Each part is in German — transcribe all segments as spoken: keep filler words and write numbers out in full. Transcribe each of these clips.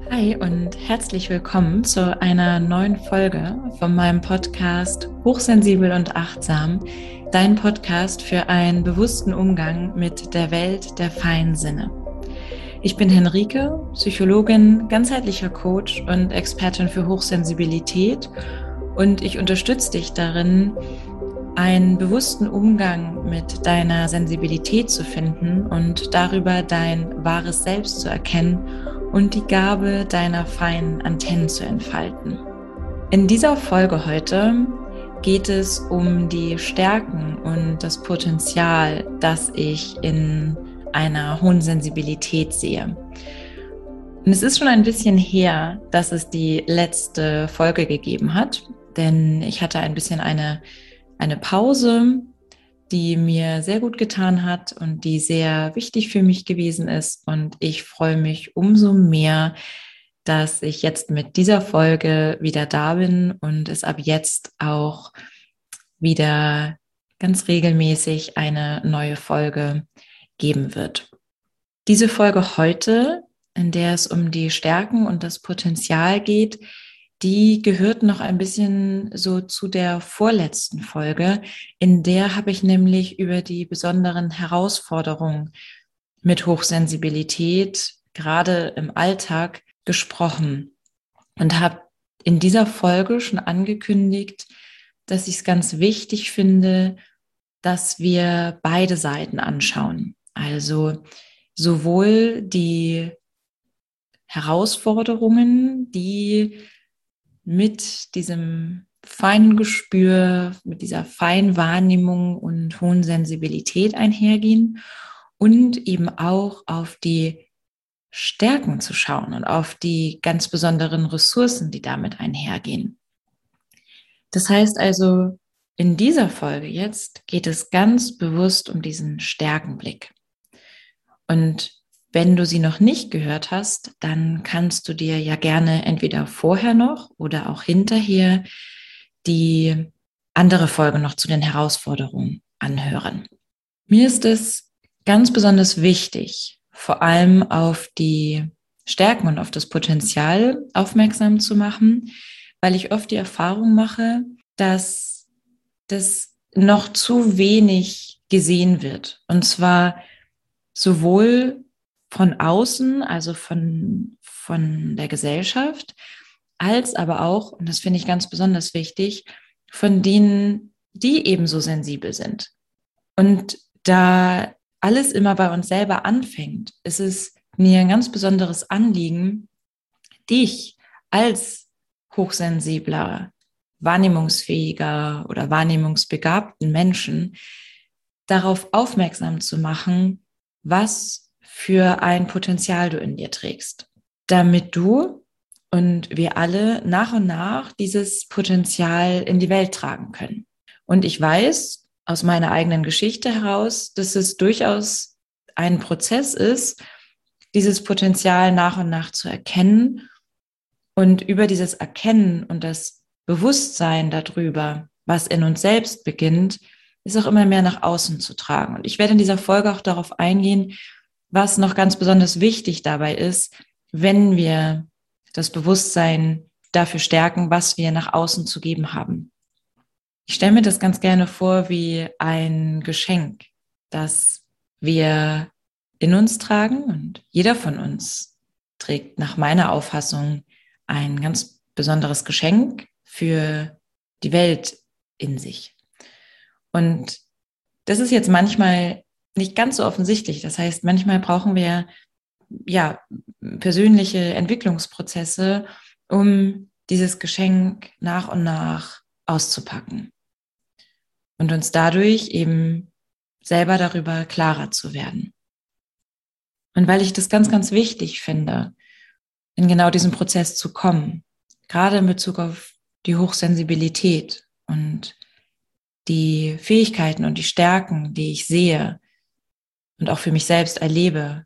Hi und herzlich willkommen zu einer neuen Folge von meinem Podcast Hochsensibel und Achtsam, dein Podcast für einen bewussten Umgang mit der Welt der feinen Sinne. Ich bin Henrike, Psychologin, ganzheitlicher Coach und Expertin für Hochsensibilität und ich unterstütze dich darin, einen bewussten Umgang mit deiner Sensibilität zu finden und darüber dein wahres Selbst zu erkennen und die Gabe deiner feinen Antennen zu entfalten. In dieser Folge heute geht es um die Stärken und das Potenzial, das ich in einer hohen Sensibilität sehe. Und es ist schon ein bisschen her, dass es die letzte Folge gegeben hat, denn ich hatte ein bisschen eine, eine Pause, die mir sehr gut getan hat und die sehr wichtig für mich gewesen ist. Und ich freue mich umso mehr, dass ich jetzt mit dieser Folge wieder da bin und es ab jetzt auch wieder ganz regelmäßig eine neue Folge geben wird. Diese Folge heute, in der es um die Stärken und das Potenzial geht, die gehört noch ein bisschen so zu der vorletzten Folge. In der habe ich nämlich über die besonderen Herausforderungen mit Hochsensibilität, gerade im Alltag, gesprochen und habe in dieser Folge schon angekündigt, dass ich es ganz wichtig finde, dass wir beide Seiten anschauen. Also sowohl die Herausforderungen, die mit diesem feinen Gespür, mit dieser feinen Wahrnehmung und hohen Sensibilität einhergehen und eben auch auf die Stärken zu schauen und auf die ganz besonderen Ressourcen, die damit einhergehen. Das heißt also, in dieser Folge jetzt geht es ganz bewusst um diesen Stärkenblick. Und wenn du sie noch nicht gehört hast, dann kannst du dir ja gerne entweder vorher noch oder auch hinterher die andere Folge noch zu den Herausforderungen anhören. Mir ist es ganz besonders wichtig, vor allem auf die Stärken und auf das Potenzial aufmerksam zu machen, weil ich oft die Erfahrung mache, dass das noch zu wenig gesehen wird. Und zwar sowohl von außen, also von, von der Gesellschaft, als aber auch, und das finde ich ganz besonders wichtig, von denen, die ebenso sensibel sind. Und da alles immer bei uns selber anfängt, ist es mir ein ganz besonderes Anliegen, dich als hochsensibler, wahrnehmungsfähiger oder wahrnehmungsbegabten Menschen darauf aufmerksam zu machen, was für ein Potenzial du in dir trägst, damit du und wir alle nach und nach dieses Potenzial in die Welt tragen können. Und ich weiß aus meiner eigenen Geschichte heraus, dass es durchaus ein Prozess ist, dieses Potenzial nach und nach zu erkennen und über dieses Erkennen und das Bewusstsein darüber, was in uns selbst beginnt, ist auch immer mehr nach außen zu tragen. Und ich werde in dieser Folge auch darauf eingehen, was noch ganz besonders wichtig dabei ist, wenn wir das Bewusstsein dafür stärken, was wir nach außen zu geben haben. Ich stelle mir das ganz gerne vor wie ein Geschenk, das wir in uns tragen, und jeder von uns trägt nach meiner Auffassung ein ganz besonderes Geschenk für die Welt in sich. Und das ist jetzt manchmal nicht ganz so offensichtlich. Das heißt, manchmal brauchen wir ja persönliche Entwicklungsprozesse, um dieses Geschenk nach und nach auszupacken und uns dadurch eben selber darüber klarer zu werden. Und weil ich das ganz, ganz wichtig finde, in genau diesen Prozess zu kommen, gerade in Bezug auf die Hochsensibilität und die Fähigkeiten und die Stärken, die ich sehe und auch für mich selbst erlebe,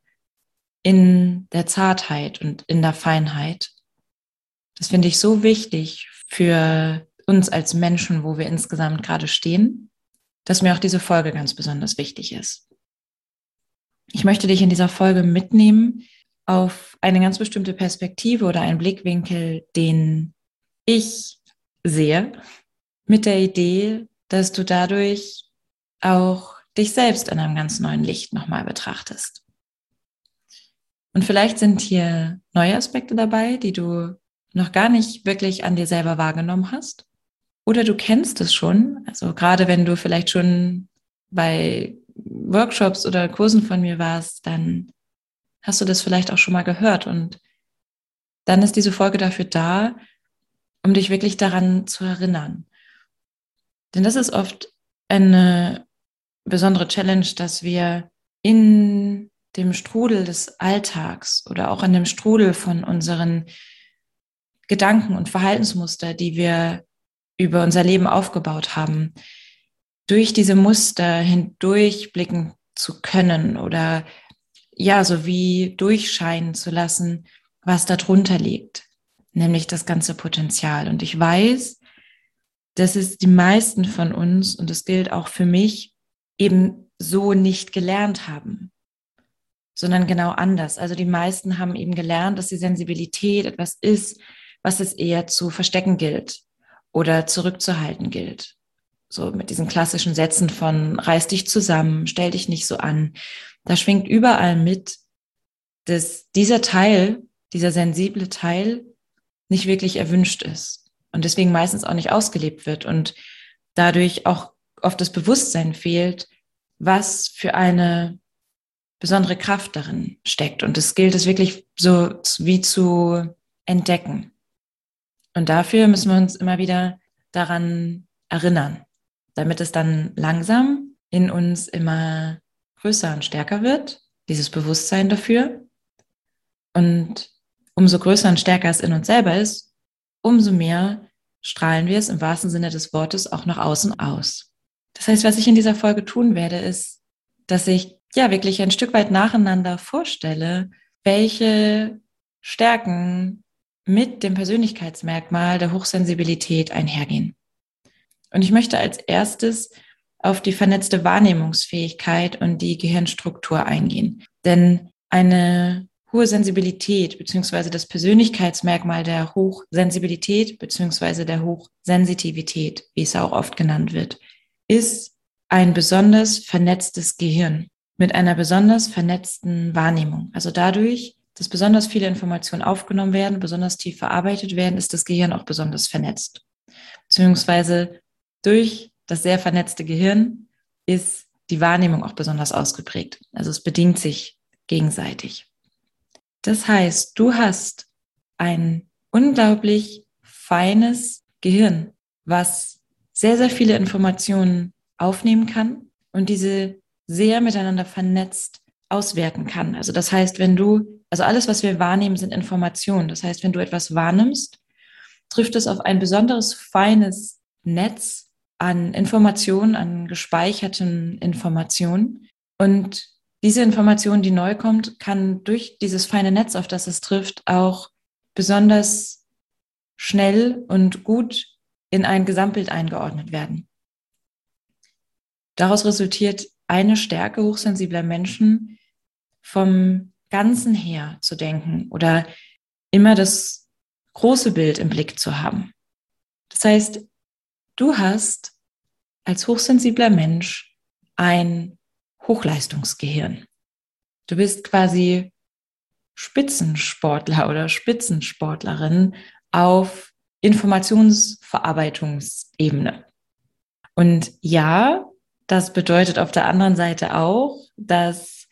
in der Zartheit und in der Feinheit. Das finde ich so wichtig für uns als Menschen, wo wir insgesamt gerade stehen, dass mir auch diese Folge ganz besonders wichtig ist. Ich möchte dich in dieser Folge mitnehmen auf eine ganz bestimmte Perspektive oder einen Blickwinkel, den ich sehe, mit der Idee, dass du dadurch auch dich selbst in einem ganz neuen Licht nochmal betrachtest. Und vielleicht sind hier neue Aspekte dabei, die du noch gar nicht wirklich an dir selber wahrgenommen hast. Oder du kennst es schon, also gerade wenn du vielleicht schon bei Workshops oder Kursen von mir warst, dann hast du das vielleicht auch schon mal gehört. Und dann ist diese Folge dafür da, um dich wirklich daran zu erinnern. Denn das ist oft eine besondere Challenge, dass wir in dem Strudel des Alltags oder auch in dem Strudel von unseren Gedanken und Verhaltensmuster, die wir über unser Leben aufgebaut haben, durch diese Muster hindurchblicken zu können oder ja, so wie durchscheinen zu lassen, was darunter liegt, nämlich das ganze Potenzial. Und ich weiß, dass es die meisten von uns, und das gilt auch für mich, eben so nicht gelernt haben, sondern genau anders. Also die meisten haben eben gelernt, dass die Sensibilität etwas ist, was es eher zu verstecken gilt oder zurückzuhalten gilt. So mit diesen klassischen Sätzen von reiß dich zusammen, stell dich nicht so an. Da schwingt überall mit, dass dieser Teil, dieser sensible Teil nicht wirklich erwünscht ist und deswegen meistens auch nicht ausgelebt wird und dadurch auch oft das Bewusstsein fehlt, was für eine besondere Kraft darin steckt. Und es gilt es wirklich so wie zu entdecken. Und dafür müssen wir uns immer wieder daran erinnern, damit es dann langsam in uns immer größer und stärker wird, dieses Bewusstsein dafür. Und umso größer und stärker es in uns selber ist, umso mehr strahlen wir es im wahrsten Sinne des Wortes auch nach außen aus. Das heißt, was ich in dieser Folge tun werde, ist, dass ich ja wirklich ein Stück weit nacheinander vorstelle, welche Stärken mit dem Persönlichkeitsmerkmal der Hochsensibilität einhergehen. Und ich möchte als erstes auf die vernetzte Wahrnehmungsfähigkeit und die Gehirnstruktur eingehen. Denn eine hohe Sensibilität beziehungsweise das Persönlichkeitsmerkmal der Hochsensibilität beziehungsweise der Hochsensitivität, wie es auch oft genannt wird, ist ein besonders vernetztes Gehirn mit einer besonders vernetzten Wahrnehmung. Also dadurch, dass besonders viele Informationen aufgenommen werden, besonders tief verarbeitet werden, ist das Gehirn auch besonders vernetzt. Beziehungsweise durch das sehr vernetzte Gehirn ist die Wahrnehmung auch besonders ausgeprägt. Also es bedingt sich gegenseitig. Das heißt, du hast ein unglaublich feines Gehirn, was sehr, sehr viele Informationen aufnehmen kann und diese sehr miteinander vernetzt auswerten kann. Also das heißt, wenn du, also alles, was wir wahrnehmen, sind Informationen. Das heißt, wenn du etwas wahrnimmst, trifft es auf ein besonderes feines Netz an Informationen, an gespeicherten Informationen. Und diese Information, die neu kommt, kann durch dieses feine Netz, auf das es trifft, auch besonders schnell und gut in ein Gesamtbild eingeordnet werden. Daraus resultiert eine Stärke hochsensibler Menschen, vom Ganzen her zu denken oder immer das große Bild im Blick zu haben. Das heißt, du hast als hochsensibler Mensch ein Hochleistungsgehirn. Du bist quasi Spitzensportler oder Spitzensportlerin auf Informationsverarbeitungsebene. Und ja, das bedeutet auf der anderen Seite auch, dass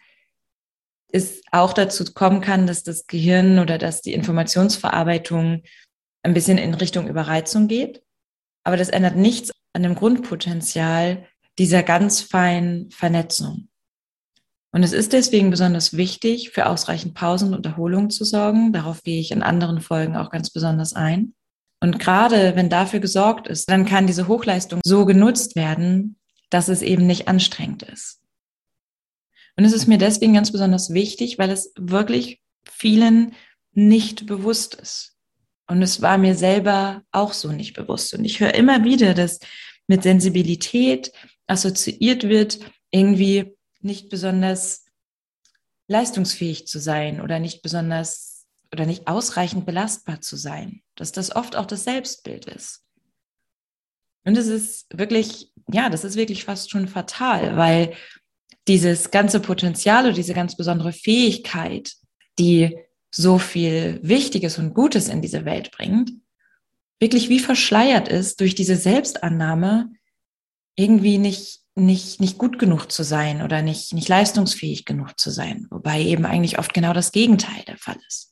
es auch dazu kommen kann, dass das Gehirn oder dass die Informationsverarbeitung ein bisschen in Richtung Überreizung geht. Aber das ändert nichts an dem Grundpotenzial dieser ganz feinen Vernetzung. Und es ist deswegen besonders wichtig, für ausreichend Pausen und Erholung zu sorgen. Darauf gehe ich in anderen Folgen auch ganz besonders ein. Und gerade wenn dafür gesorgt ist, dann kann diese Hochleistung so genutzt werden, dass es eben nicht anstrengend ist. Und es ist mir deswegen ganz besonders wichtig, weil es wirklich vielen nicht bewusst ist. Und es war mir selber auch so nicht bewusst. Und ich höre immer wieder, dass mit Sensibilität assoziiert wird, irgendwie nicht besonders leistungsfähig zu sein oder nicht besonders oder nicht ausreichend belastbar zu sein, dass das oft auch das Selbstbild ist. Und es ist wirklich, ja, das ist wirklich fast schon fatal, weil dieses ganze Potenzial oder diese ganz besondere Fähigkeit, die so viel Wichtiges und Gutes in diese Welt bringt, wirklich wie verschleiert ist durch diese Selbstannahme, irgendwie nicht, nicht, nicht gut genug zu sein oder nicht, nicht leistungsfähig genug zu sein, wobei eben eigentlich oft genau das Gegenteil der Fall ist.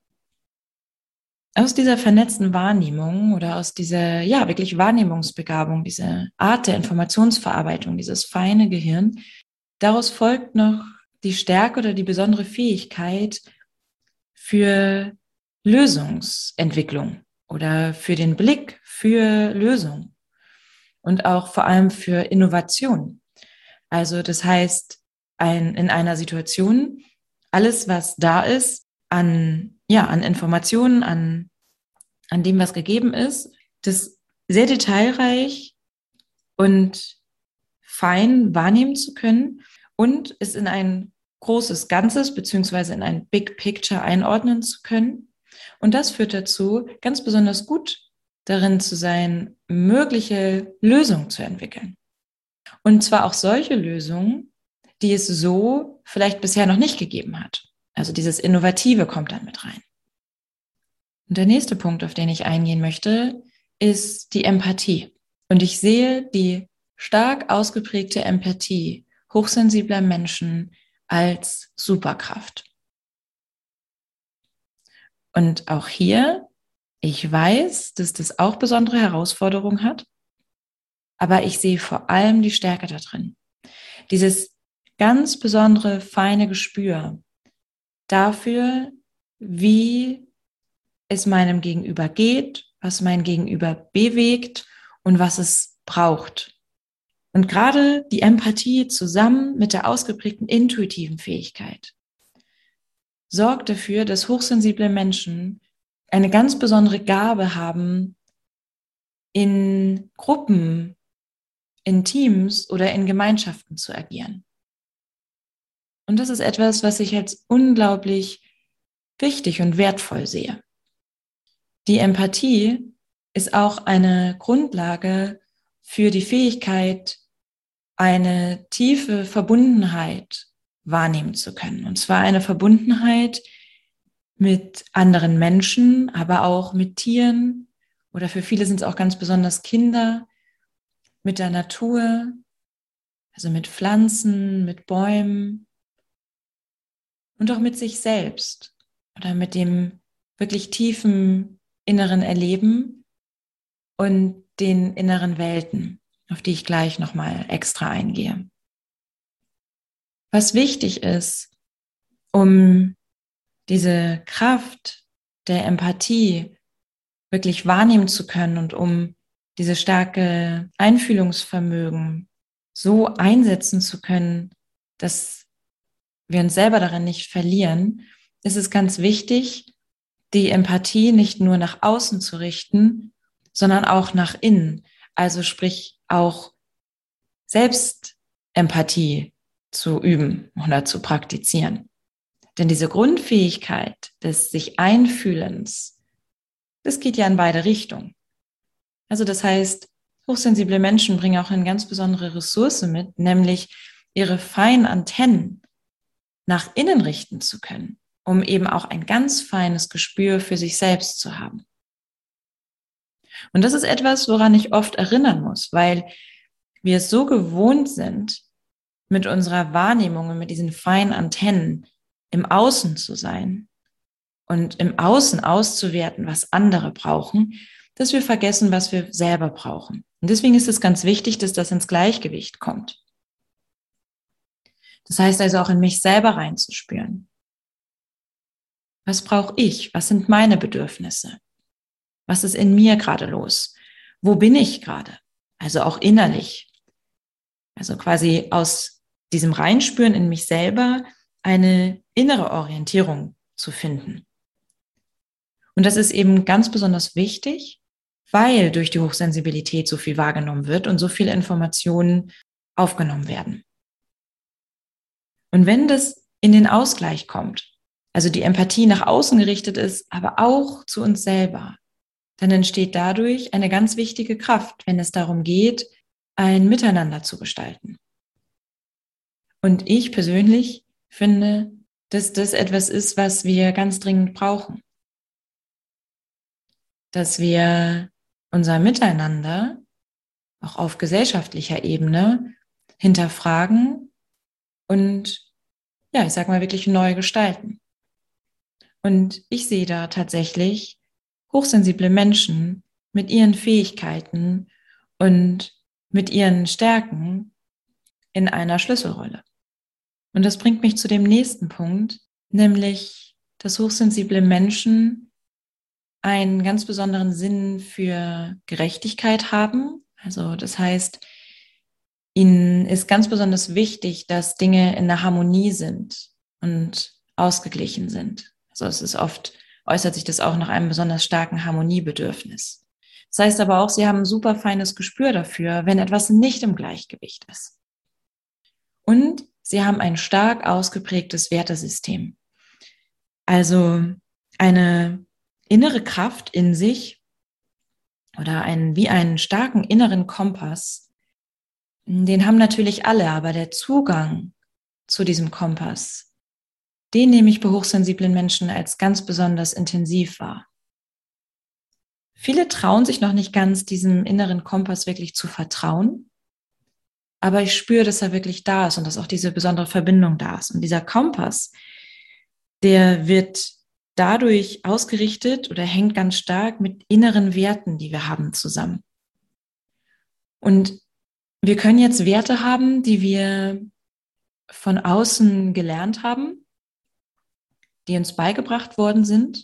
Aus dieser vernetzten Wahrnehmung oder aus dieser, ja, wirklich Wahrnehmungsbegabung, diese Art der Informationsverarbeitung, dieses feine Gehirn, daraus folgt noch die Stärke oder die besondere Fähigkeit für Lösungsentwicklung oder für den Blick für Lösung und auch vor allem für Innovation. Also das heißt, ein, in einer Situation, alles, was da ist, an, ja, an Informationen, an, an dem, was gegeben ist, das sehr detailreich und fein wahrnehmen zu können und es in ein großes Ganzes beziehungsweise in ein Big Picture einordnen zu können. Und das führt dazu, ganz besonders gut darin zu sein, mögliche Lösungen zu entwickeln. Und zwar auch solche Lösungen, die es so vielleicht bisher noch nicht gegeben hat. Also dieses Innovative kommt dann mit rein. Und der nächste Punkt, auf den ich eingehen möchte, ist die Empathie. Und ich sehe die stark ausgeprägte Empathie hochsensibler Menschen als Superkraft. Und auch hier, ich weiß, dass das auch besondere Herausforderungen hat, aber ich sehe vor allem die Stärke da drin. Dieses ganz besondere, feine Gespür dafür, wie es meinem Gegenüber geht, was mein Gegenüber bewegt und was es braucht. Und gerade die Empathie zusammen mit der ausgeprägten intuitiven Fähigkeit sorgt dafür, dass hochsensible Menschen eine ganz besondere Gabe haben, in Gruppen, in Teams oder in Gemeinschaften zu agieren. Und das ist etwas, was ich als unglaublich wichtig und wertvoll sehe. Die Empathie ist auch eine Grundlage für die Fähigkeit, eine tiefe Verbundenheit wahrnehmen zu können. Und zwar eine Verbundenheit mit anderen Menschen, aber auch mit Tieren oder für viele sind es auch ganz besonders Kinder, mit der Natur, also mit Pflanzen, mit Bäumen und auch mit sich selbst oder mit dem wirklich tiefen inneren Erleben und den inneren Welten, auf die ich gleich nochmal extra eingehe. Was wichtig ist, um diese Kraft der Empathie wirklich wahrnehmen zu können und um diese starke Einfühlungsvermögen so einsetzen zu können, dass wir uns selber darin nicht verlieren, ist es ganz wichtig, die Empathie nicht nur nach außen zu richten, sondern auch nach innen. Also sprich auch Selbstempathie zu üben oder zu praktizieren. Denn diese Grundfähigkeit des sich Einfühlens, das geht ja in beide Richtungen. Also das heißt, hochsensible Menschen bringen auch eine ganz besondere Ressource mit, nämlich ihre feinen Antennen nach innen richten zu können, um eben auch ein ganz feines Gespür für sich selbst zu haben. Und das ist etwas, woran ich oft erinnern muss, weil wir es so gewohnt sind, mit unserer Wahrnehmung und mit diesen feinen Antennen im Außen zu sein und im Außen auszuwerten, was andere brauchen, dass wir vergessen, was wir selber brauchen. Und deswegen ist es ganz wichtig, dass das ins Gleichgewicht kommt. Das heißt also auch in mich selber reinzuspüren. Was brauche ich? Was sind meine Bedürfnisse? Was ist in mir gerade los? Wo bin ich gerade? Also auch innerlich. Also quasi aus diesem Reinspüren in mich selber eine innere Orientierung zu finden. Und das ist eben ganz besonders wichtig, weil durch die Hochsensibilität so viel wahrgenommen wird und so viele Informationen aufgenommen werden. Und wenn das in den Ausgleich kommt. Also die Empathie nach außen gerichtet ist, aber auch zu uns selber. Dann entsteht dadurch eine ganz wichtige Kraft, wenn es darum geht, ein Miteinander zu gestalten. Und ich persönlich finde, dass das etwas ist, was wir ganz dringend brauchen. Dass wir unser Miteinander auch auf gesellschaftlicher Ebene hinterfragen und, ja, ich sag mal, wirklich neu gestalten. Und ich sehe da tatsächlich hochsensible Menschen mit ihren Fähigkeiten und mit ihren Stärken in einer Schlüsselrolle. Und das bringt mich zu dem nächsten Punkt, nämlich, dass hochsensible Menschen einen ganz besonderen Sinn für Gerechtigkeit haben. Also das heißt, ihnen ist ganz besonders wichtig, dass Dinge in der Harmonie sind und ausgeglichen sind. Also es ist oft, äußert sich das auch nach einem besonders starken Harmoniebedürfnis. Das heißt aber auch, sie haben ein super feines Gespür dafür, wenn etwas nicht im Gleichgewicht ist. Und sie haben ein stark ausgeprägtes Wertesystem. Also eine innere Kraft in sich oder einen, wie einen starken inneren Kompass. Den haben natürlich alle, aber der Zugang zu diesem Kompass, den nehme ich bei hochsensiblen Menschen als ganz besonders intensiv wahr. Viele trauen sich noch nicht ganz, diesem inneren Kompass wirklich zu vertrauen, aber ich spüre, dass er wirklich da ist und dass auch diese besondere Verbindung da ist. Und dieser Kompass, der wird dadurch ausgerichtet oder hängt ganz stark mit inneren Werten, die wir haben, zusammen. Und wir können jetzt Werte haben, die wir von außen gelernt haben, die uns beigebracht worden sind.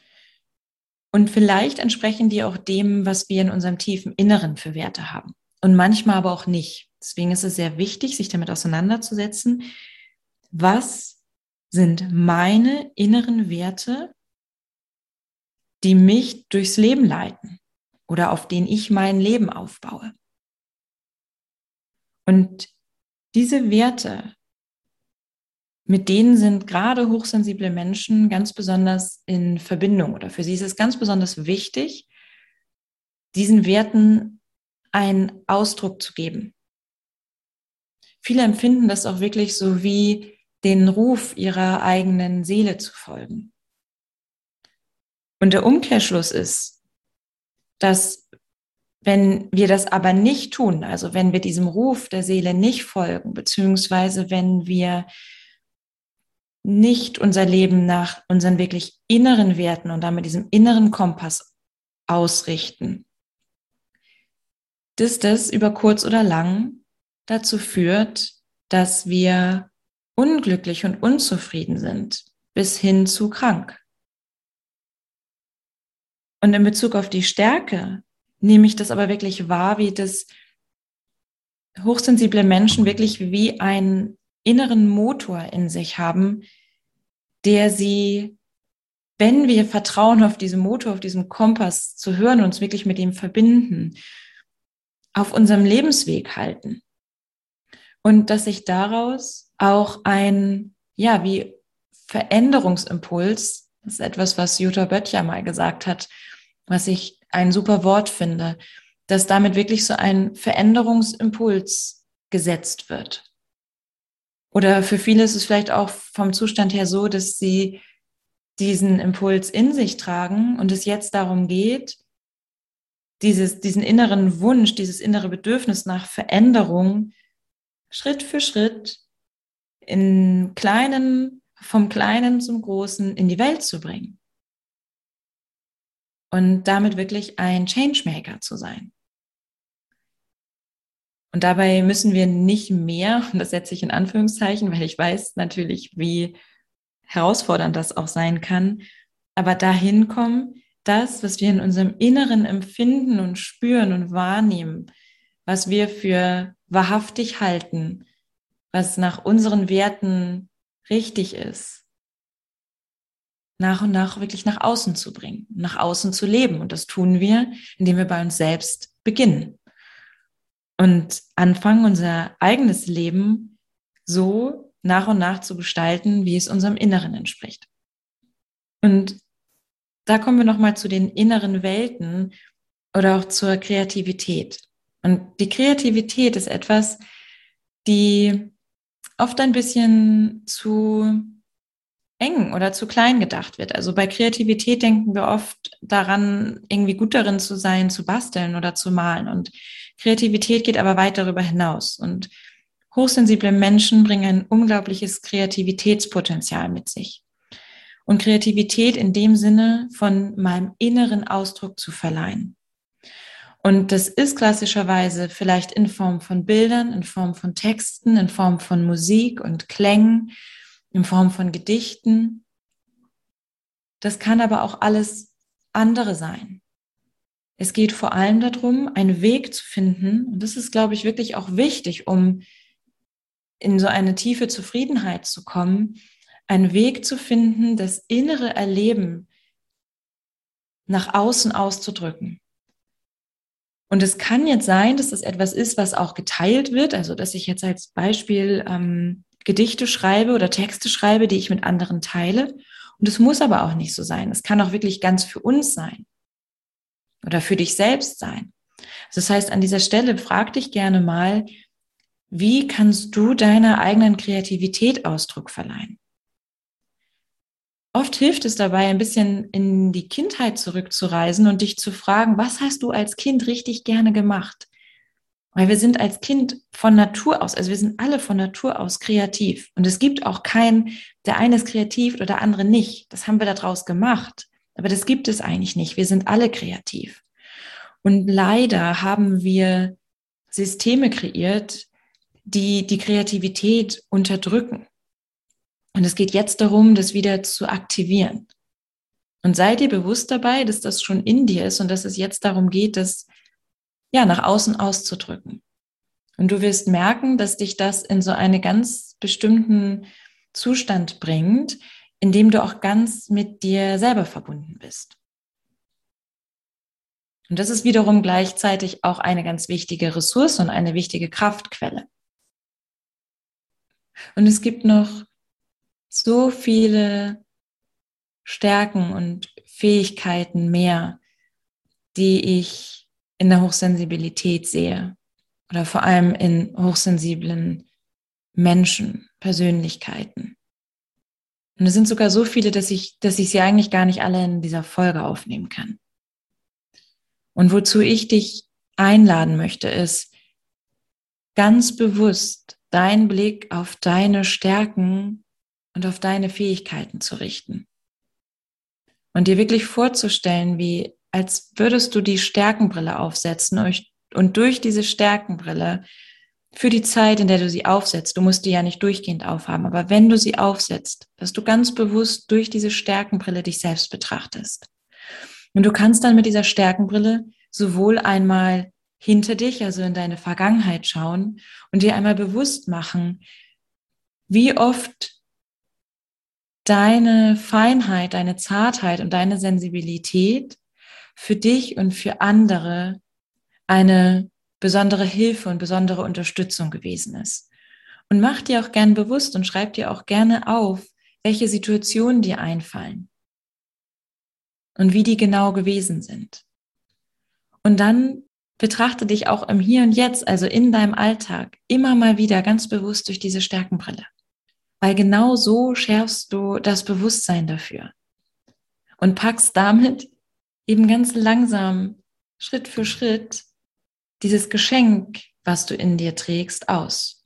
Und vielleicht entsprechen die auch dem, was wir in unserem tiefen Inneren für Werte haben. Und manchmal aber auch nicht. Deswegen ist es sehr wichtig, sich damit auseinanderzusetzen. Was sind meine inneren Werte, die mich durchs Leben leiten oder auf denen ich mein Leben aufbaue? Und diese Werte, mit denen sind gerade hochsensible Menschen ganz besonders in Verbindung oder für sie ist es ganz besonders wichtig, diesen Werten einen Ausdruck zu geben. Viele empfinden das auch wirklich so wie den Ruf ihrer eigenen Seele zu folgen. Und der Umkehrschluss ist, dass wenn wir das aber nicht tun, also wenn wir diesem Ruf der Seele nicht folgen, beziehungsweise wenn wir nicht unser Leben nach unseren wirklich inneren Werten und damit diesem inneren Kompass ausrichten, dass das über kurz oder lang dazu führt, dass wir unglücklich und unzufrieden sind, bis hin zu krank. Und in Bezug auf die Stärke nehme ich das aber wirklich wahr, wie das hochsensible Menschen wirklich wie einen inneren Motor in sich haben, der sie, wenn wir vertrauen auf diesen Motor, auf diesen Kompass zu hören, uns wirklich mit ihm verbinden, auf unserem Lebensweg halten. Und dass sich daraus auch ein, ja, wie Veränderungsimpuls, das ist etwas, was Jutta Böttcher mal gesagt hat, was ich ein super Wort finde, dass damit wirklich so ein Veränderungsimpuls gesetzt wird. Oder für viele ist es vielleicht auch vom Zustand her so, dass sie diesen Impuls in sich tragen und es jetzt darum geht, dieses, diesen inneren Wunsch, dieses innere Bedürfnis nach Veränderung Schritt für Schritt in kleinen, vom Kleinen zum Großen in die Welt zu bringen. Und damit wirklich ein Changemaker zu sein. Und dabei müssen wir nicht mehr, und das setze ich in Anführungszeichen, weil ich weiß natürlich, wie herausfordernd das auch sein kann, aber dahin kommen, das, was wir in unserem Inneren empfinden und spüren und wahrnehmen, was wir für wahrhaftig halten, was nach unseren Werten richtig ist, nach und nach wirklich nach außen zu bringen, nach außen zu leben. Und das tun wir, indem wir bei uns selbst beginnen und anfangen, unser eigenes Leben so nach und nach zu gestalten, wie es unserem Inneren entspricht. Und da kommen wir nochmal zu den inneren Welten oder auch zur Kreativität. Und die Kreativität ist etwas, die oft ein bisschen zu eng oder zu klein gedacht wird. Also bei Kreativität denken wir oft daran, irgendwie gut darin zu sein, zu basteln oder zu malen. Und Kreativität geht aber weit darüber hinaus. Und hochsensible Menschen bringen ein unglaubliches Kreativitätspotenzial mit sich. Und Kreativität in dem Sinne von meinem inneren Ausdruck zu verleihen. Und das ist klassischerweise vielleicht in Form von Bildern, in Form von Texten, in Form von Musik und Klängen, in Form von Gedichten. Das kann aber auch alles andere sein. Es geht vor allem darum, einen Weg zu finden, und das ist, glaube ich, wirklich auch wichtig, um in so eine tiefe Zufriedenheit zu kommen, einen Weg zu finden, das innere Erleben nach außen auszudrücken. Und es kann jetzt sein, dass das etwas ist, was auch geteilt wird, also dass ich jetzt als Beispiel ähm, Gedichte schreibe oder Texte schreibe, die ich mit anderen teile. Und es muss aber auch nicht so sein. Es kann auch wirklich ganz für uns sein oder für dich selbst sein. Also das heißt, an dieser Stelle frag dich gerne mal, wie kannst du deiner eigenen Kreativität Ausdruck verleihen? Oft hilft es dabei, ein bisschen in die Kindheit zurückzureisen und dich zu fragen, was hast du als Kind richtig gerne gemacht? Weil wir sind als Kind von Natur aus, also wir sind alle von Natur aus kreativ. Und es gibt auch keinen, der eine ist kreativ oder der andere nicht. Das haben wir daraus gemacht. Aber das gibt es eigentlich nicht. Wir sind alle kreativ. Und leider haben wir Systeme kreiert, die die Kreativität unterdrücken. Und es geht jetzt darum, das wieder zu aktivieren. Und sei dir bewusst dabei, dass das schon in dir ist und dass es jetzt darum geht, das ja nach außen auszudrücken. Und du wirst merken, dass dich das in so einen ganz bestimmten Zustand bringt, in dem du auch ganz mit dir selber verbunden bist. Und das ist wiederum gleichzeitig auch eine ganz wichtige Ressource und eine wichtige Kraftquelle. Und es gibt noch so viele Stärken und Fähigkeiten mehr, die ich in der Hochsensibilität sehe oder vor allem in hochsensiblen Menschen, Persönlichkeiten. Und es sind sogar so viele, dass ich, dass ich sie eigentlich gar nicht alle in dieser Folge aufnehmen kann. Und wozu ich dich einladen möchte, ist ganz bewusst deinen Blick auf deine Stärken und auf deine Fähigkeiten zu richten. Und dir wirklich vorzustellen, wie als würdest du die Stärkenbrille aufsetzen und durch diese Stärkenbrille für die Zeit, in der du sie aufsetzt, du musst die ja nicht durchgehend aufhaben, aber wenn du sie aufsetzt, dass du ganz bewusst durch diese Stärkenbrille dich selbst betrachtest. Und du kannst dann mit dieser Stärkenbrille sowohl einmal hinter dich, also in deine Vergangenheit schauen und dir einmal bewusst machen, wie oft deine Feinheit, deine Zartheit und deine Sensibilität für dich und für andere eine besondere Hilfe und besondere Unterstützung gewesen ist. Und mach dir auch gern bewusst und schreib dir auch gerne auf, welche Situationen dir einfallen und wie die genau gewesen sind. Und dann betrachte dich auch im Hier und Jetzt, also in deinem Alltag, immer mal wieder ganz bewusst durch diese Stärkenbrille. Weil genau so schärfst du das Bewusstsein dafür und packst damit eben ganz langsam, Schritt für Schritt, dieses Geschenk, was du in dir trägst, aus.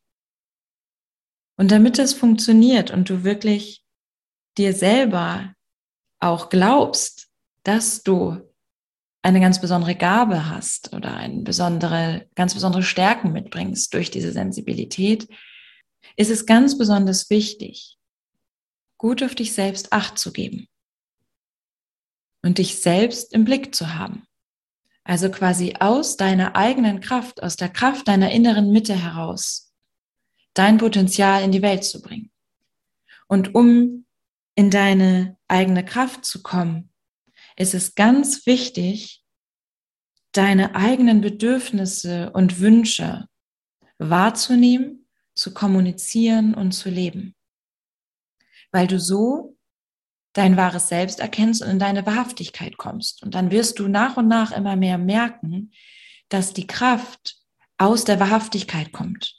Und damit das funktioniert und du wirklich dir selber auch glaubst, dass du eine ganz besondere Gabe hast oder eine besondere, ganz besondere Stärken mitbringst durch diese Sensibilität, ist es ganz besonders wichtig, gut auf dich selbst Acht zu geben und dich selbst im Blick zu haben. Also quasi aus deiner eigenen Kraft, aus der Kraft deiner inneren Mitte heraus, dein Potenzial in die Welt zu bringen. Und um in deine eigene Kraft zu kommen, ist es ganz wichtig, deine eigenen Bedürfnisse und Wünsche wahrzunehmen zu kommunizieren und zu leben. Weil du so dein wahres Selbst erkennst und in deine Wahrhaftigkeit kommst. Und dann wirst du nach und nach immer mehr merken, dass die Kraft aus der Wahrhaftigkeit kommt.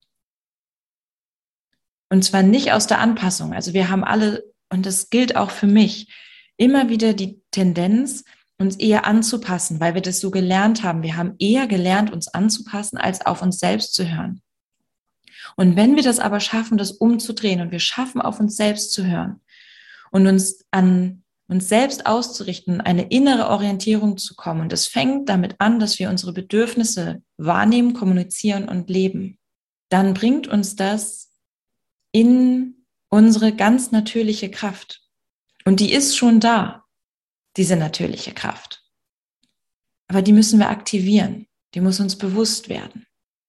Und zwar nicht aus der Anpassung. Also wir haben alle, und das gilt auch für mich, immer wieder die Tendenz, uns eher anzupassen, weil wir das so gelernt haben. Wir haben eher gelernt, uns anzupassen, als auf uns selbst zu hören. Und wenn wir das aber schaffen, das umzudrehen und wir schaffen, auf uns selbst zu hören und uns an uns selbst auszurichten, eine innere Orientierung zu kommen. Und es fängt damit an, dass wir unsere Bedürfnisse wahrnehmen, kommunizieren und leben. Dann bringt uns das in unsere ganz natürliche Kraft. Und die ist schon da, diese natürliche Kraft. Aber die müssen wir aktivieren. Die muss uns bewusst werden.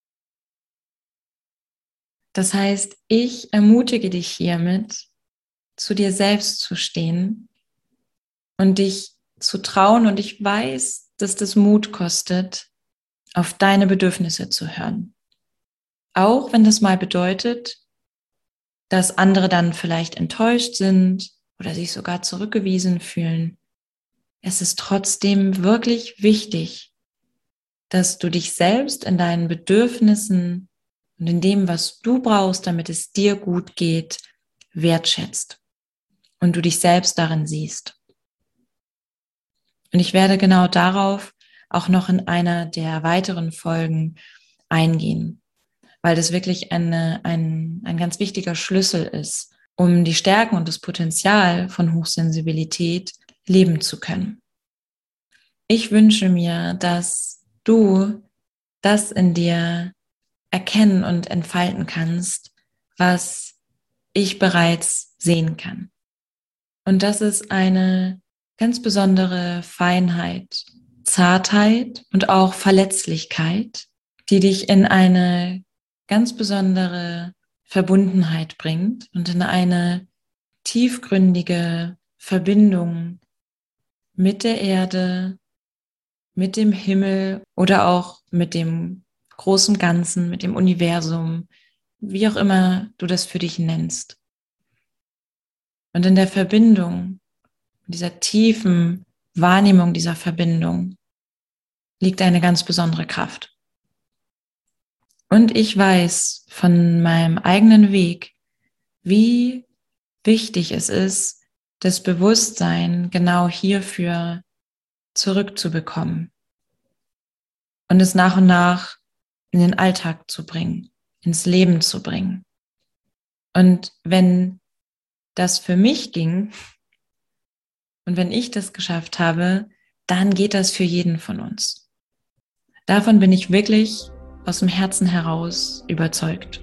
Das heißt, ich ermutige dich hiermit, zu dir selbst zu stehen und dich zu trauen. Und ich weiß, dass das Mut kostet, auf deine Bedürfnisse zu hören. Auch wenn das mal bedeutet, dass andere dann vielleicht enttäuscht sind oder sich sogar zurückgewiesen fühlen. Es ist trotzdem wirklich wichtig, dass du dich selbst in deinen Bedürfnissen und in dem, was du brauchst, damit es dir gut geht, wertschätzt und du dich selbst darin siehst. Und ich werde genau darauf auch noch in einer der weiteren Folgen eingehen, weil das wirklich eine, ein, ein ganz wichtiger Schlüssel ist, um die Stärken und das Potenzial von Hochsensibilität leben zu können. Ich wünsche mir, dass du das in dir erkennen und entfalten kannst, was ich bereits sehen kann. Und das ist eine ganz besondere Feinheit, Zartheit und auch Verletzlichkeit, die dich in eine ganz besondere Verbundenheit bringt und in eine tiefgründige Verbindung mit der Erde, mit dem Himmel oder auch mit dem großen Ganzen, mit dem Universum, wie auch immer du das für dich nennst. Und in der Verbindung, in dieser tiefen Wahrnehmung dieser Verbindung liegt eine ganz besondere Kraft. Und ich weiß von meinem eigenen Weg, wie wichtig es ist, das Bewusstsein genau hierfür zurückzubekommen und es nach und nach in den Alltag zu bringen, ins Leben zu bringen. Und wenn das für mich ging und wenn ich das geschafft habe, dann geht das für jeden von uns. Davon bin ich wirklich aus dem Herzen heraus überzeugt.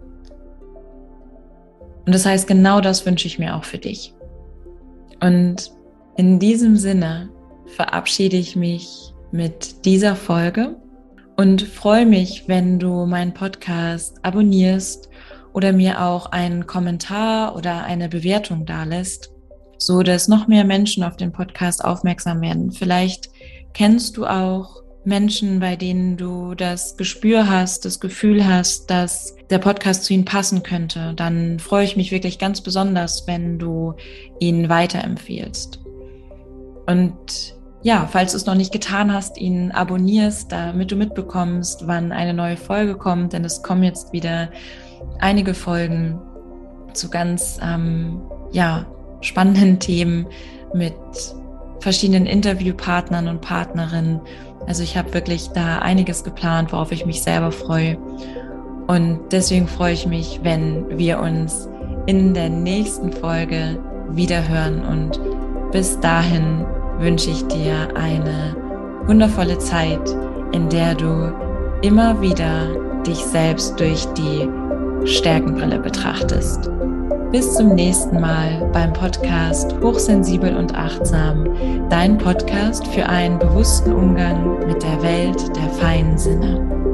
Und das heißt, genau das wünsche ich mir auch für dich. Und in diesem Sinne verabschiede ich mich mit dieser Folge und freue mich, wenn du meinen Podcast abonnierst oder mir auch einen Kommentar oder eine Bewertung dalässt, so dass noch mehr Menschen auf den Podcast aufmerksam werden. Vielleicht kennst du auch Menschen, bei denen du das Gespür hast, das Gefühl hast, dass der Podcast zu ihnen passen könnte. Dann freue ich mich wirklich ganz besonders, wenn du ihn weiterempfiehlst. Und ja, falls du es noch nicht getan hast, ihn abonnierst, damit du mitbekommst, wann eine neue Folge kommt, denn es kommen jetzt wieder einige Folgen zu ganz ähm, ja, spannenden Themen mit verschiedenen Interviewpartnern und Partnerinnen. Also ich habe wirklich da einiges geplant, worauf ich mich selber freue. Und deswegen freue ich mich, wenn wir uns in der nächsten Folge wiederhören. Und bis dahin wünsche ich dir eine wundervolle Zeit, in der du immer wieder dich selbst durch die Stärkenbrille betrachtest. Bis zum nächsten Mal beim Podcast Hochsensibel und Achtsam, dein Podcast für einen bewussten Umgang mit der Welt der feinen Sinne.